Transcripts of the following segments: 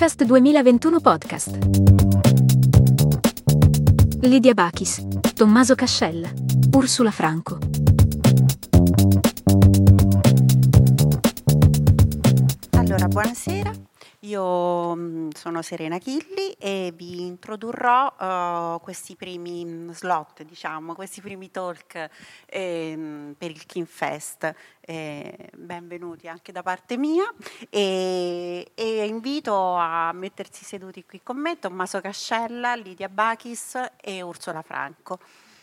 Kinfest 2021 podcast. Lidia Bachis, Tommaso Cascella, Ursula Franco. Allora, buonasera. Io sono Serena Chilli e vi introdurrò questi primi slot, diciamo, questi primi talk per il Kinfest. Benvenuti anche da parte mia e invito a mettersi seduti qui con me Tommaso Cascella, Lidia Bachis e Ursula Franco.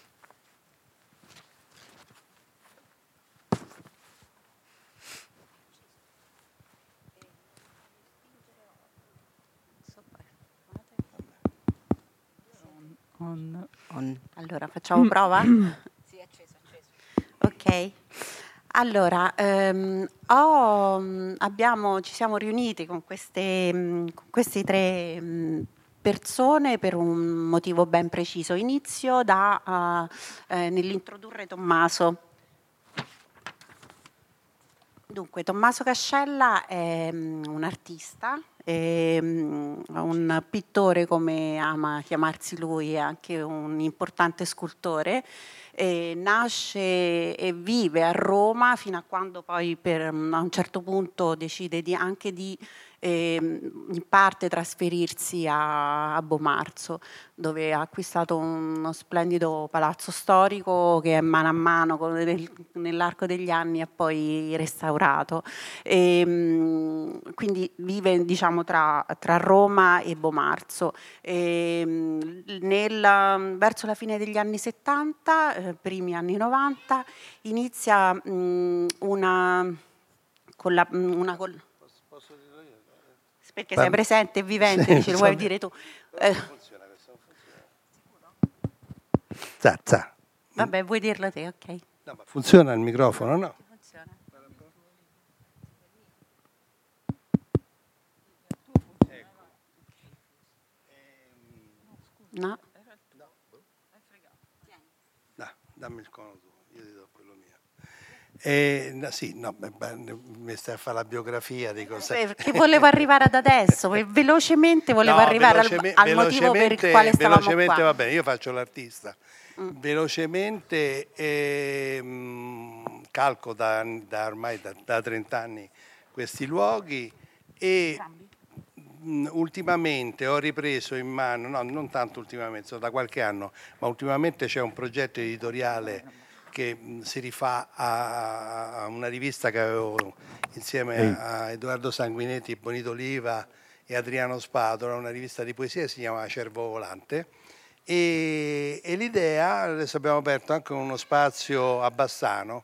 On. Allora, facciamo prova? Sì, acceso. Ok. Allora, ci siamo riuniti con queste tre persone per un motivo ben preciso. Inizio nell'introdurre Tommaso. Dunque, Tommaso Cascella è un artista, è un pittore, come ama chiamarsi lui, è anche un importante scultore. Nasce e vive a Roma fino a quando poi a un certo punto decide in parte trasferirsi a Bomarzo, dove ha acquistato uno splendido palazzo storico che mano a mano nell'arco degli anni ha poi restaurato. Quindi vive, diciamo, tra Roma e Bomarzo. Verso la fine degli anni 70, primi anni 90, inizia Posso dirlo io? perché sei presente e vivente, dici, lo vuoi dire tu? Funziona questo, funziona. Za. Vabbè, vuoi dirlo te, ok. No, ma funziona il microfono, no? Funziona. No? No, dammi il cono tu, io ti do quello mio. Mi stai a fare la biografia di cosa. Perché volevo arrivare ad adesso, velocemente arrivare al motivo per il quale stavamo qua. Va bene, io faccio l'artista. Velocemente calco ormai da 30 anni questi luoghi e ultimamente ho ripreso in mano, no, non tanto ultimamente, sono da qualche anno, ma ultimamente c'è un progetto editoriale che si rifà a una rivista che avevo insieme a Edoardo Sanguinetti, Bonito Oliva e Adriano Spatola, una rivista di poesia che si chiama Cervo Volante. E l'idea, adesso abbiamo aperto anche uno spazio a Bassano,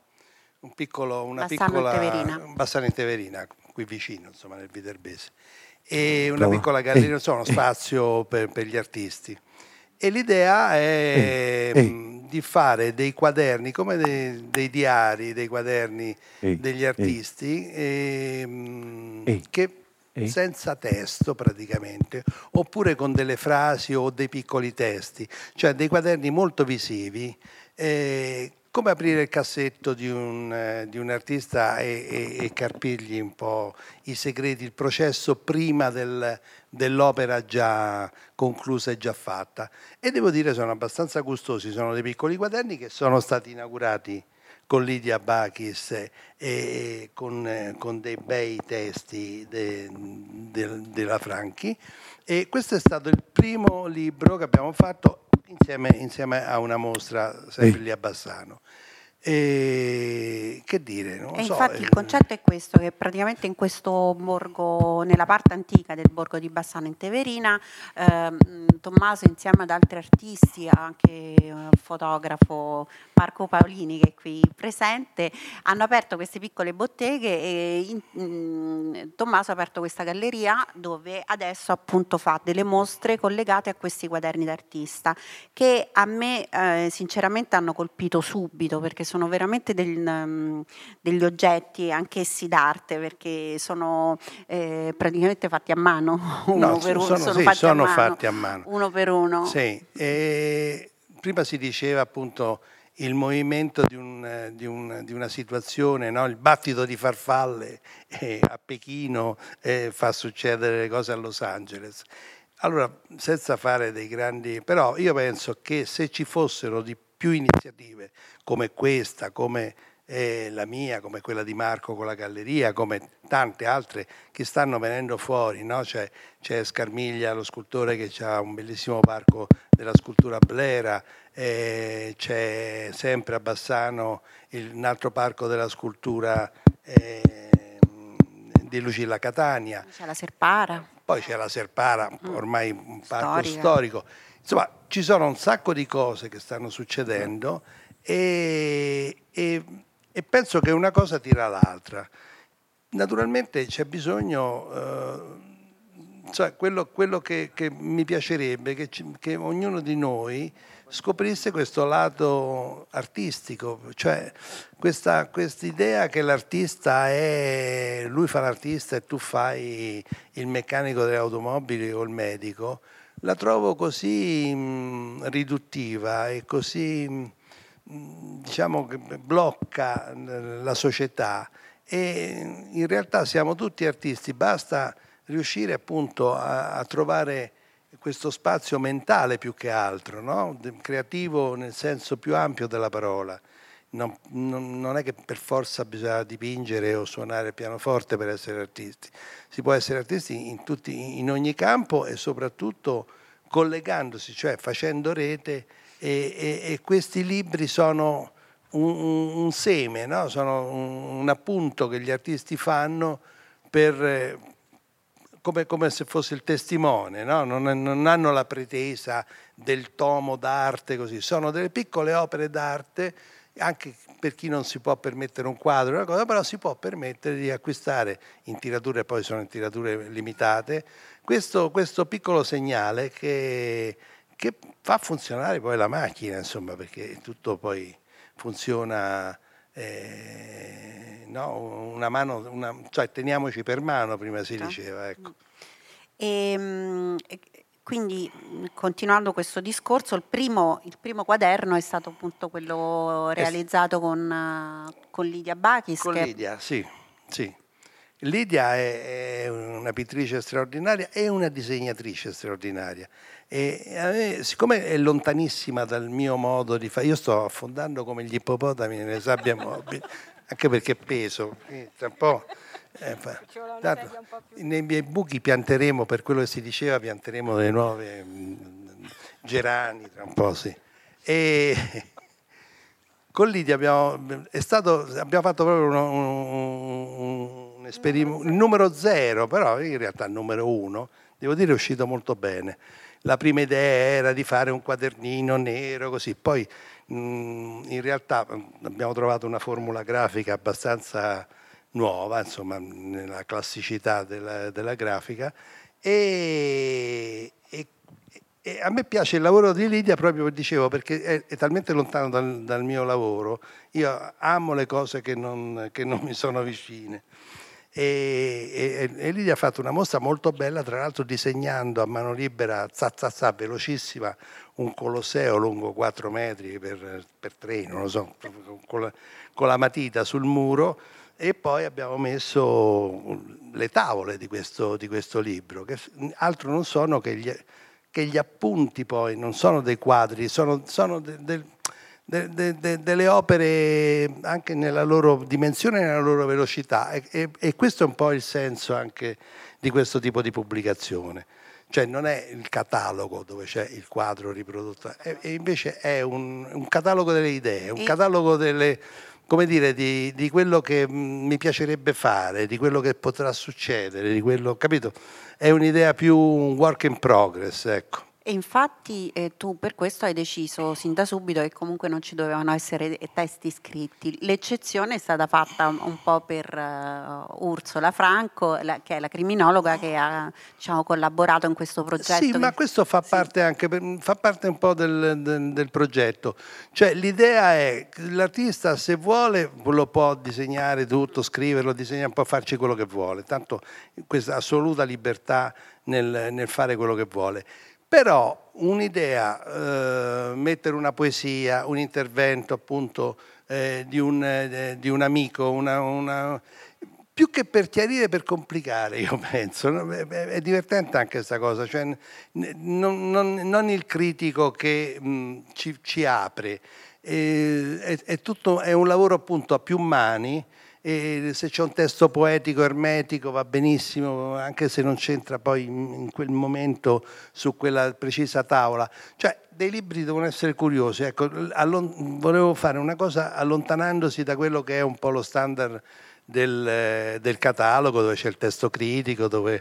Bassano in Teverina, qui vicino, insomma, nel Viterbese, e una piccola galleria, insomma, uno spazio per gli artisti. E l'idea è di fare dei quaderni, come dei diari, dei quaderni degli artisti, che senza testo praticamente, oppure con delle frasi o dei piccoli testi, cioè dei quaderni molto visivi, come aprire il cassetto di un artista e carpirgli un po' i segreti, il processo prima dell'opera già conclusa e già fatta. E devo dire sono abbastanza gustosi, sono dei piccoli quaderni che sono stati inaugurati con Lidia Bachis e con dei bei testi della Franchi, e questo è stato il primo libro che abbiamo fatto insieme a una mostra sempre lì a Bassano. Che dire, non so. Infatti il concetto è questo, che praticamente in questo borgo, nella parte antica del borgo di Bassano in Teverina, Tommaso insieme ad altri artisti, anche fotografo Marco Paolini che è qui presente, hanno aperto queste piccole botteghe e Tommaso ha aperto questa galleria dove adesso appunto fa delle mostre collegate a questi quaderni d'artista che a me sinceramente hanno colpito subito, perché sono veramente degli oggetti anch'essi d'arte, perché sono praticamente fatti a mano, sono fatti a mano, uno per uno. Sì, prima si diceva appunto il movimento di una situazione, no? Il battito di farfalle a Pechino fa succedere le cose a Los Angeles. Allora, senza fare dei grandi... Però io penso che se ci fossero di più iniziative come questa, come la mia, come quella di Marco con la galleria, come tante altre che stanno venendo fuori, no? C'è Scarmiglia, lo scultore, che ha un bellissimo parco della scultura Blera, c'è sempre a Bassano un altro parco della scultura di Lucilla Catania. C'è la Serpara. Poi c'è la Serpara, ormai un parco storico. Insomma, ci sono un sacco di cose che stanno succedendo e penso che una cosa tira l'altra. Naturalmente c'è bisogno, quello che mi piacerebbe che ognuno di noi scoprisse questo lato artistico, cioè questa idea che l'artista lui fa l'artista e tu fai il meccanico delle automobili o il medico, la trovo così riduttiva e così diciamo che blocca la società, e in realtà siamo tutti artisti, basta riuscire appunto a trovare questo spazio mentale più che altro, no? Creativo nel senso più ampio della parola. Non è che per forza bisogna dipingere o suonare il pianoforte per essere artisti. Si può essere artisti in ogni campo e soprattutto collegandosi, cioè facendo rete, e questi libri sono un seme, no? Sono un appunto che gli artisti fanno come se fosse il testimone, no? Non hanno la pretesa del tomo d'arte, così. Sono delle piccole opere d'arte, anche per chi non si può permettere un quadro, una cosa, però si può permettere di acquistare in tirature, poi sono in tirature limitate, questo piccolo segnale che fa funzionare poi la macchina, insomma, perché tutto poi funziona, no? Una mano, cioè teniamoci per mano, prima si diceva, ecco. Quindi, continuando questo discorso, il primo quaderno è stato appunto quello realizzato con Lidia Bachis. Con Lidia, sì. Lidia è una pittrice straordinaria e una disegnatrice straordinaria. E a me, siccome è lontanissima dal mio modo di fare, io sto affondando come gli ippopotami nelle sabbie mobili, anche perché peso, tra un po'. Nei miei buchi pianteremo, per quello che si diceva, pianteremo delle nuove gerani tra un po', sì. E con Lidia abbiamo fatto proprio un esperimento, il numero 0, però in realtà il numero 1, devo dire, è uscito molto bene. La prima idea era di fare un quadernino nero, così, poi in realtà abbiamo trovato una formula grafica abbastanza nuova, insomma, nella classicità della grafica, e a me piace il lavoro di Lidia proprio, dicevo, perché è talmente lontano dal mio lavoro. Io amo le cose che non mi sono vicine, e Lidia ha fatto una mostra molto bella, tra l'altro disegnando a mano libera, velocissima, un colosseo lungo 4 metri per 3, non lo so, con la matita sul muro. E poi abbiamo messo le tavole di questo libro, che altro non sono che gli appunti, poi non sono dei quadri, sono delle opere anche nella loro dimensione e nella loro velocità, e questo è un po' il senso anche di questo tipo di pubblicazione. Cioè non è il catalogo dove c'è il quadro riprodotto, e invece è un catalogo delle idee, un catalogo come dire, di quello che mi piacerebbe fare, di quello che potrà succedere, di quello, capito? È un'idea più un work in progress, ecco. E infatti tu per questo hai deciso sin da subito che comunque non ci dovevano essere testi scritti. L'eccezione è stata fatta un po' per Ursula Franco, che è la criminologa che ha, diciamo, collaborato in questo progetto. Sì, ma questo fa parte anche fa parte un po' del progetto. Cioè l'idea è che l'artista, se vuole, lo può disegnare tutto, scriverlo, disegnare, può farci quello che vuole. Tanto questa assoluta libertà nel fare quello che vuole. Però un'idea, mettere una poesia, un intervento appunto di un amico, più che per chiarire, per complicare, io penso, no? È divertente anche questa cosa, cioè non il critico che ci apre, è un lavoro appunto a più mani. E se c'è un testo poetico ermetico va benissimo, anche se non c'entra poi in quel momento su quella precisa tavola. Cioè, dei libri devono essere curiosi. Ecco, volevo fare una cosa allontanandosi da quello che è un po' lo standard del catalogo, dove c'è il testo critico, dove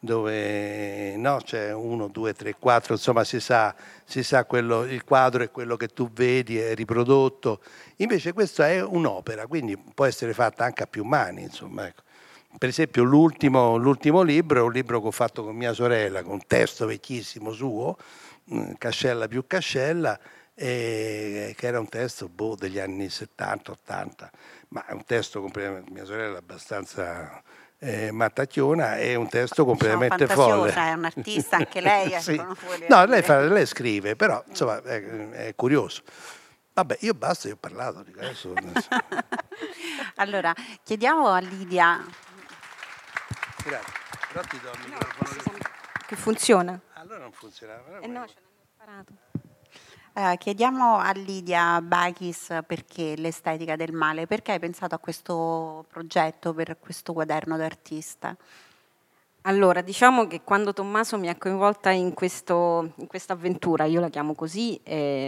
no, c'è 1, 2, 3, 4, insomma si sa quello, il quadro è quello che tu vedi, è riprodotto. Invece questa è un'opera, quindi può essere fatta anche a più mani, insomma, ecco. Per esempio l'ultimo libro è un libro che ho fatto con mia sorella, con un testo vecchissimo suo, Cascella più Cascella, che era un testo degli anni 70-80, ma è un testo completamente, mia sorella è abbastanza mattacchiona, è un testo completamente folle. È un artista anche lei. Ecco, sì. No, lei scrive, però insomma è curioso. Vabbè, io ho parlato di questo. Allora, chiediamo a Lidia. Grazie, però ti do il microfono che funziona. Allora non funzionava. No, ce l'hanno imparato. Chiediamo a Lidia Bachis perché l'estetica del male, perché hai pensato a questo progetto per questo quaderno d'artista? Allora, diciamo che quando Tommaso mi ha coinvolta in questa avventura, io la chiamo così,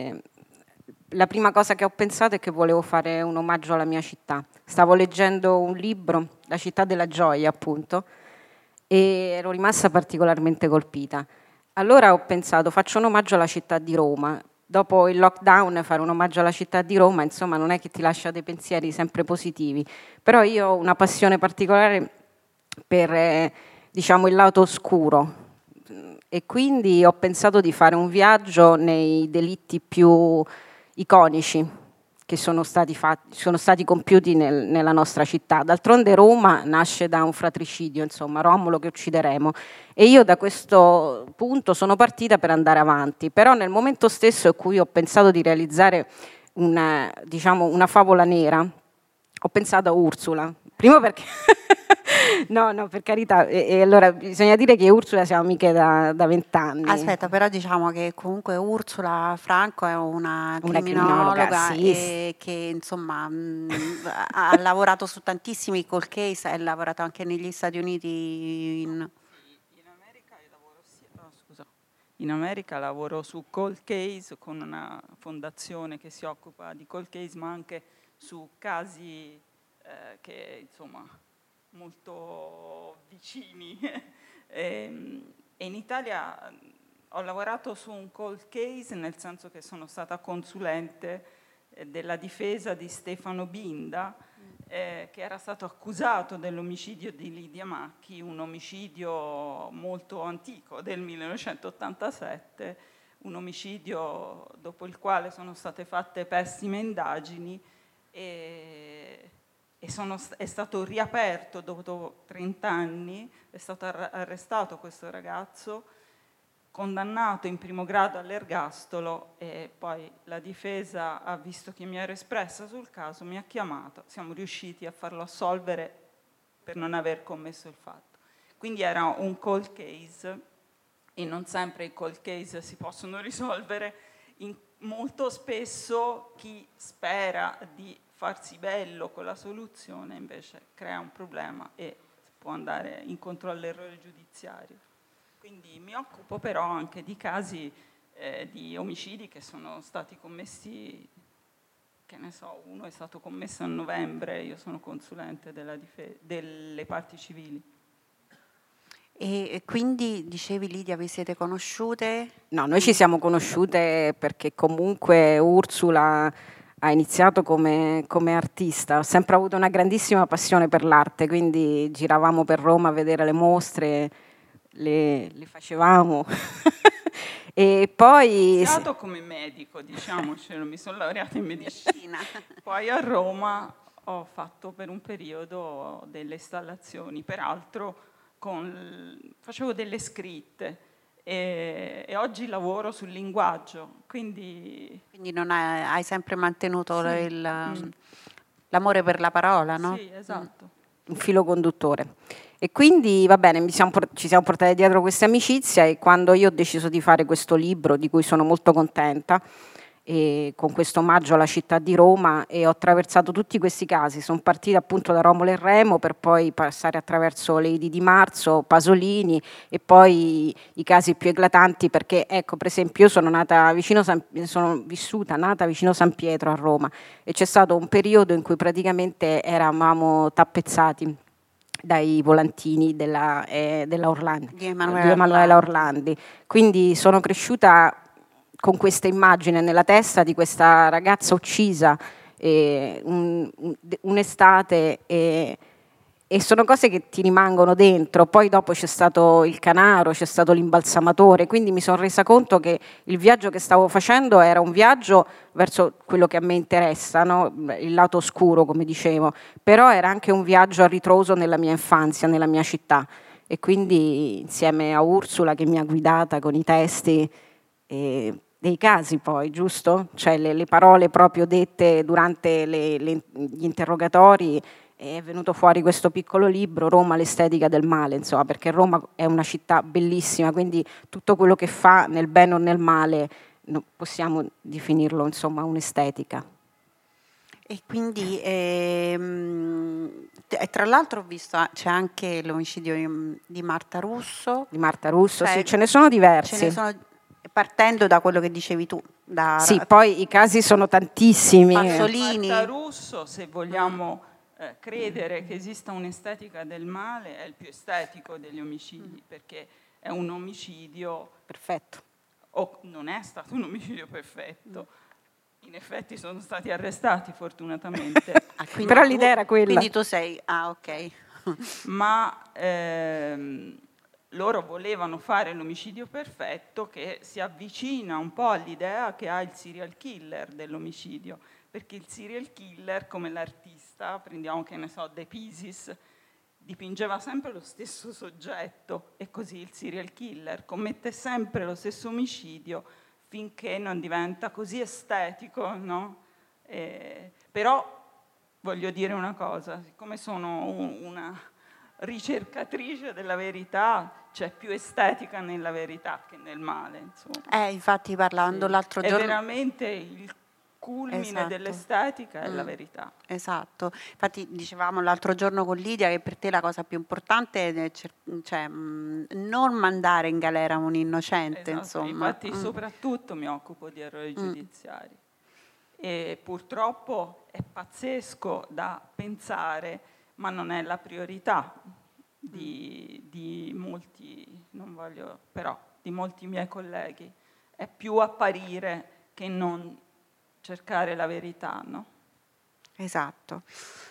la prima cosa che ho pensato è che volevo fare un omaggio alla mia città. Stavo leggendo un libro, La città della gioia, appunto, e ero rimasta particolarmente colpita. Allora ho pensato, faccio un omaggio alla città di Roma. Dopo il lockdown fare un omaggio alla città di Roma, insomma, non è che ti lascia dei pensieri sempre positivi, però io ho una passione particolare per, diciamo, il lato oscuro, e quindi ho pensato di fare un viaggio nei delitti più iconici che sono stati compiuti nella nostra città. D'altronde Roma nasce da un fratricidio, insomma, Romolo che uccideremo, e io da questo punto sono partita per andare avanti, però nel momento stesso in cui ho pensato di realizzare una favola nera, ho pensato a Ursula, primo perché no, per carità, e allora bisogna dire che Ursula siamo amiche da 20 anni. Aspetta, però diciamo che comunque Ursula Franco è una criminologa sì. Che insomma ha lavorato su tantissimi cold case, ha lavorato anche negli Stati Uniti. In America lavoro su cold case con una fondazione che si occupa di cold case, ma anche su casi che insomma molto vicini. E in Italia ho lavorato su un cold case, nel senso che sono stata consulente della difesa di Stefano Binda, che era stato accusato dell'omicidio di Lidia Macchi, un omicidio molto antico del 1987, un omicidio dopo il quale sono state fatte pessime indagini e è stato riaperto dopo 30 anni, è stato arrestato questo ragazzo, condannato in primo grado all'ergastolo, e poi la difesa ha visto che mi ero espressa sul caso, mi ha chiamato, siamo riusciti a farlo assolvere per non aver commesso il fatto. Quindi era un cold case, e non sempre i cold case si possono risolvere. Molto spesso chi spera di farsi bello con la soluzione invece crea un problema e può andare incontro all'errore giudiziario. Quindi mi occupo però anche di casi di omicidi che sono stati commessi, che ne so, uno è stato commesso a novembre, io sono consulente delle parti civili. E quindi, dicevi Lidia, vi siete conosciute? No, noi ci siamo conosciute perché comunque Ursula ha iniziato come artista, ho sempre avuto una grandissima passione per l'arte, quindi giravamo per Roma a vedere le mostre, le facevamo. E poi ho iniziato come medico, diciamocelo, mi sono laureata in medicina. Poi a Roma ho fatto per un periodo delle installazioni, peraltro facevo delle scritte, e oggi lavoro sul linguaggio, quindi non hai sempre mantenuto sì. l'amore per la parola, no? Sì, esatto. Un filo conduttore. E quindi va bene, ci siamo portati dietro questa amicizia, e quando io ho deciso di fare questo libro, di cui sono molto contenta, e con questo omaggio alla città di Roma, e ho attraversato tutti questi casi, sono partita appunto da Romolo e Remo per poi passare attraverso Lady Di Marzo, Pasolini e poi i casi più eclatanti, perché ecco, per esempio, io sono nata vicino nata vicino San Pietro a Roma, e c'è stato un periodo in cui praticamente eravamo tappezzati dai volantini della Orlandi, Di di Emanuela Emanuela Orlandi. Quindi sono cresciuta con questa immagine nella testa di questa ragazza uccisa un'estate, e sono cose che ti rimangono dentro. Poi dopo c'è stato il Canaro, c'è stato l'imbalsamatore, quindi mi sono resa conto che il viaggio che stavo facendo era un viaggio verso quello che a me interessa, no? Il lato oscuro, come dicevo, però era anche un viaggio a ritroso nella mia infanzia, nella mia città, e quindi insieme a Ursula che mi ha guidata con i testi dei casi, poi, giusto? Cioè le parole proprio dette durante gli interrogatori, è venuto fuori questo piccolo libro, Roma, l'estetica del male, insomma, perché Roma è una città bellissima, quindi tutto quello che fa nel bene o nel male possiamo definirlo, insomma, un'estetica. E quindi, tra l'altro ho visto, c'è anche l'omicidio di Marta Russo. Di Marta Russo, Cioè, sì, ce ne sono diversi. Ce ne sono, partendo da quello che dicevi tu. Sì, poi i casi sono tantissimi. Pasolini. Marta Russo, se vogliamo credere che esista un'estetica del male, è il più estetico degli omicidi, perché è un omicidio perfetto. O non è stato un omicidio perfetto. In effetti sono stati arrestati, fortunatamente. Però l'idea era quella. Quindi tu sei... Ah, ok. Ma loro volevano fare l'omicidio perfetto, che si avvicina un po' all'idea che ha il serial killer dell'omicidio, perché il serial killer, come l'artista, prendiamo che ne so, De Pisis, dipingeva sempre lo stesso soggetto, e così il serial killer commette sempre lo stesso omicidio finché non diventa così estetico, no? Però voglio dire una cosa, siccome sono una ricercatrice della verità, c'è più estetica nella verità che nel male, insomma. Infatti parlando l'altro giorno... È veramente il culmine dell'estetica è la verità. Esatto, infatti dicevamo l'altro giorno con Lidia che per te la cosa più importante è non mandare in galera un innocente, esatto, insomma. Infatti soprattutto mi occupo di errori giudiziari, e purtroppo è pazzesco da pensare, ma non è la priorità di molti, non voglio, però di molti miei colleghi, è più apparire che non cercare la verità, no? Esatto.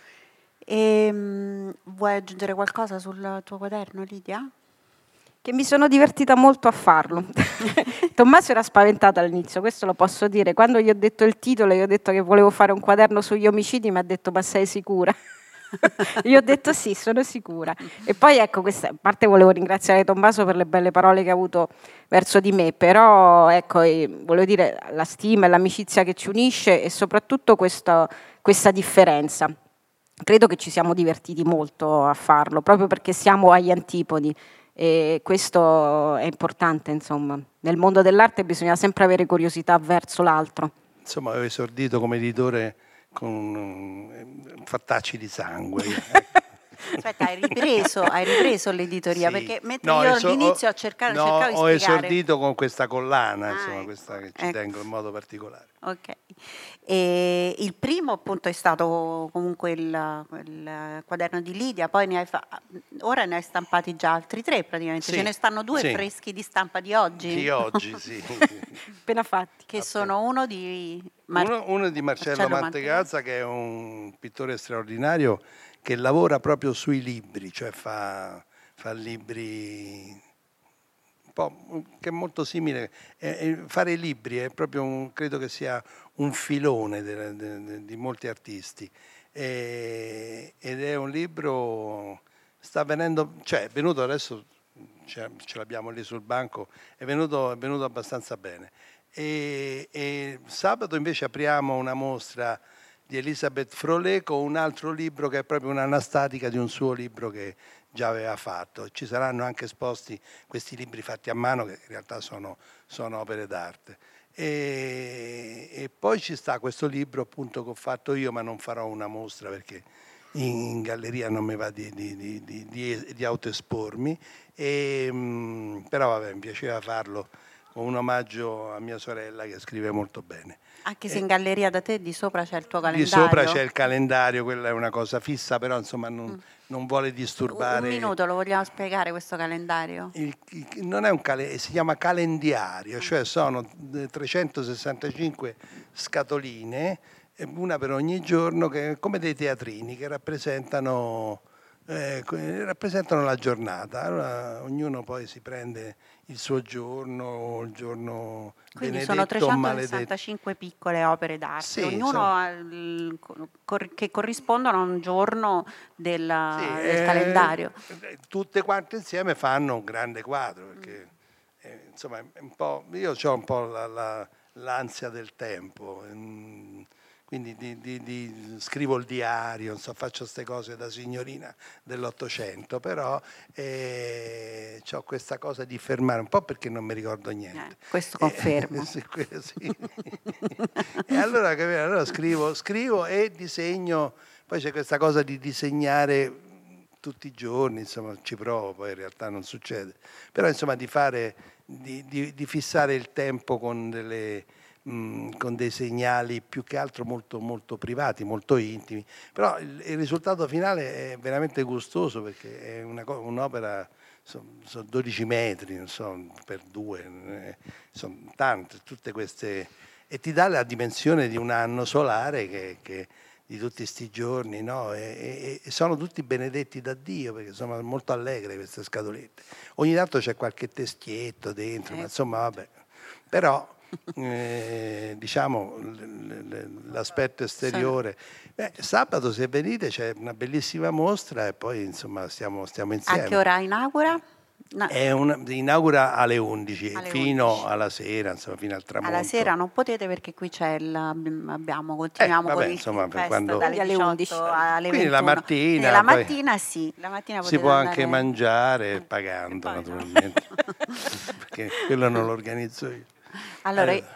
Vuoi aggiungere qualcosa sul tuo quaderno, Lidia? Che mi sono divertita molto a farlo. Tommaso era spaventato all'inizio, questo lo posso dire. Quando gli ho detto il titolo, gli ho detto che volevo fare un quaderno sugli omicidi, mi ha detto: ma sei sicura? Io ho detto sì, sono sicura. E poi ecco, a parte volevo ringraziare Tommaso per le belle parole che ha avuto verso di me, però ecco, volevo dire la stima e l'amicizia che ci unisce, e soprattutto questa differenza. Credo che ci siamo divertiti molto a farlo, proprio perché siamo agli antipodi, e questo è importante, insomma. Nel mondo dell'arte bisogna sempre avere curiosità verso l'altro. Insomma, ho esordito come editore con fattacci di sangue. Aspetta, hai ripreso l'editoria? Sì. Perché mentre io all'inizio cercavo di spiegare... ho esordito con questa collana, insomma, questa che ci ecco. tengo in modo particolare. Ok. E il primo appunto è stato comunque il quaderno di Lidia, poi ora ne hai stampati già altri 3 praticamente, sì, ce ne stanno 2 sì. freschi di stampa di oggi. Di oggi, sì. Appena fatti. Che sono uno di Uno di Marcello Mantegazza, che è un pittore straordinario che lavora proprio sui libri, cioè fa libri un po' che è molto simile. Fare libri è proprio credo che sia un filone di molti artisti, ed è un libro, sta venendo, cioè è venuto adesso, ce l'abbiamo lì sul banco, è venuto abbastanza bene. E sabato invece apriamo una mostra di Elisabeth Frollet con un altro libro che è proprio un'anastatica di un suo libro che già aveva fatto. Ci saranno anche esposti questi libri fatti a mano che in realtà sono opere d'arte. E poi ci sta questo libro appunto che ho fatto io, ma non farò una mostra perché in galleria non mi va di autoespormi, però vabbè, mi piaceva farlo con un omaggio a mia sorella che scrive molto bene. Anche se in galleria da te di sopra c'è il tuo calendario. Di sopra c'è il calendario, quella è una cosa fissa, però insomma non vuole disturbare. Un minuto, lo vogliamo spiegare questo calendario? Non è un si chiama calendario, cioè sono 365 scatoline, una per ogni giorno, come dei teatrini che rappresentano la giornata. Allora, ognuno poi si prende il suo giorno, il giorno quindi benedetto, sono 365 piccole opere d'arte, sì, ognuno che corrispondono a un giorno del calendario. Tutte quante insieme fanno un grande quadro, perché insomma è un po', io ho un po' l'ansia del tempo. Quindi scrivo il diario, faccio queste cose da signorina dell'Ottocento, però ho questa cosa di fermare un po' perché non mi ricordo niente. Questo confermo. Sì. E allora scrivo e disegno, poi c'è questa cosa di disegnare tutti i giorni, insomma ci provo, poi in realtà non succede, però insomma di fissare il tempo con dei segnali più che altro molto, molto privati, molto intimi, però il risultato finale è veramente gustoso perché è un'opera, sono 12 metri, non so, per 2, sono tante, tutte queste, e ti dà la dimensione di un anno solare che di tutti questi giorni, no? E sono tutti benedetti da Dio perché sono molto allegre queste scatolette. Ogni tanto c'è qualche teschietto dentro, ma insomma vabbè, però diciamo l'aspetto esteriore. Sabato se venite c'è una bellissima mostra e poi insomma stiamo insieme. A che ora inaugura? Inaugura alle 11 fino 11. alla sera, insomma fino al tramonto. Alla sera non potete perché qui c'è continuiamo con il fest quando dalle 11 alle 21. Quindi la mattina, la mattina sì, la mattina si può anche mangiare pagando naturalmente, perché quello non lo organizzo io. Allora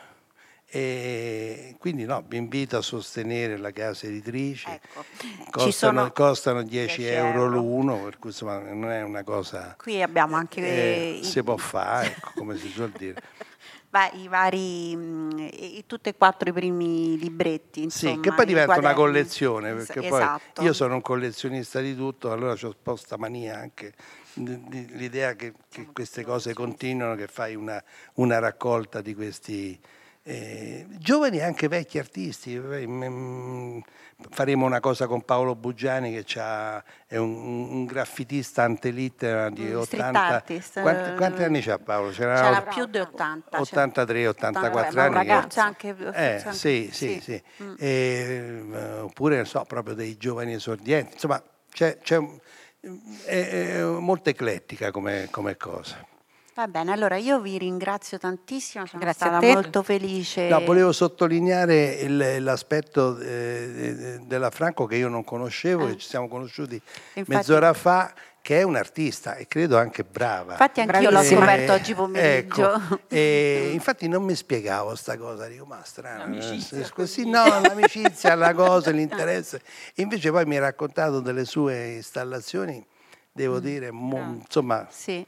e quindi vi invito a sostenere la casa editrice. Ecco. Costano 10 euro l'uno, per cui insomma non è una cosa. Qui abbiamo anche si può fare, ecco, come si suol dire. I vari, tutti e 4 i primi libretti, insomma, sì, che poi diventa una collezione, perché poi io sono un collezionista di tutto, allora c'ho sposta mania anche l'idea che queste cose continuano, che fai una raccolta di questi giovani e anche vecchi artisti. Faremo una cosa con Paolo Buggiani che è un graffitista antelittera di 80. Quanti anni c'ha Paolo? C'era più di 80. 83, 84 anni. Un ragazzo anche. Sì. Oppure non so, proprio dei giovani esordienti. Insomma, è molto eclettica come cosa. Va bene, allora io vi ringrazio tantissimo, sono stata molto felice. No, volevo sottolineare l'aspetto della Franco che io non conoscevo, che ci siamo conosciuti mezz'ora fa, che è un'artista e credo anche brava. Infatti anch'io l'ho scoperto oggi pomeriggio. Ecco, e infatti non mi spiegavo sta cosa, dico ma strano. L'amicizia, la cosa, l'interesse. E invece poi mi ha raccontato delle sue installazioni, devo dire, insomma... Sì.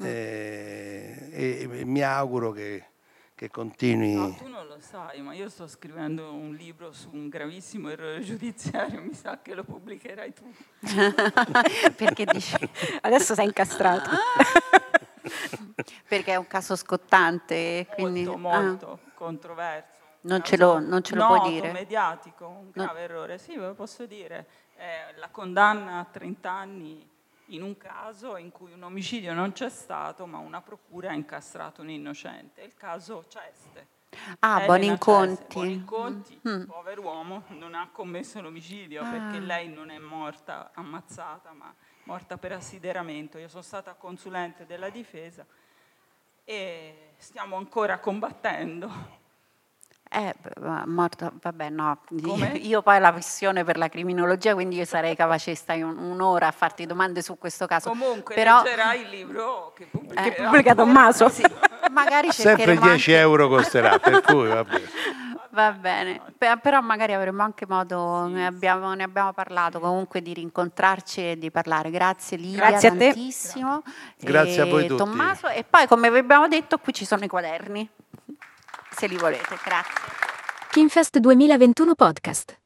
E mi auguro che continui. No, tu non lo sai, ma io sto scrivendo un libro su un gravissimo errore giudiziario, mi sa che lo pubblicherai tu. Perché dici? Adesso sei incastrato. Perché è un caso scottante, quindi molto controverso. Non ce lo puoi dire. Mediatico, un grave errore. Sì, ve lo posso dire. La condanna a 30 anni in un caso in cui un omicidio non c'è stato, ma una procura ha incastrato un innocente. Il caso Ceste. Buoninconti. Povero uomo, non ha commesso l'omicidio perché lei non è morta ammazzata, ma morta per assideramento. Io sono stata consulente della difesa e stiamo ancora combattendo. Morto, vabbè, no. Come? Io poi ho la passione per la criminologia, quindi io sarei capace di stare un'ora a farti domande su questo caso. Comunque però leggerai il libro che pubblica Tommaso. Sì, magari sempre 10 anche... euro costerà, per cui va bene. Va bene, però magari avremo anche modo, ne abbiamo parlato comunque di rincontrarci e di parlare. Grazie Livia, Grazie a te. tantissimo. Grazie a voi tutti. Tommaso, e poi come vi abbiamo detto qui ci sono i quaderni, se li volete. Grazie. Kinfest 2021 Podcast.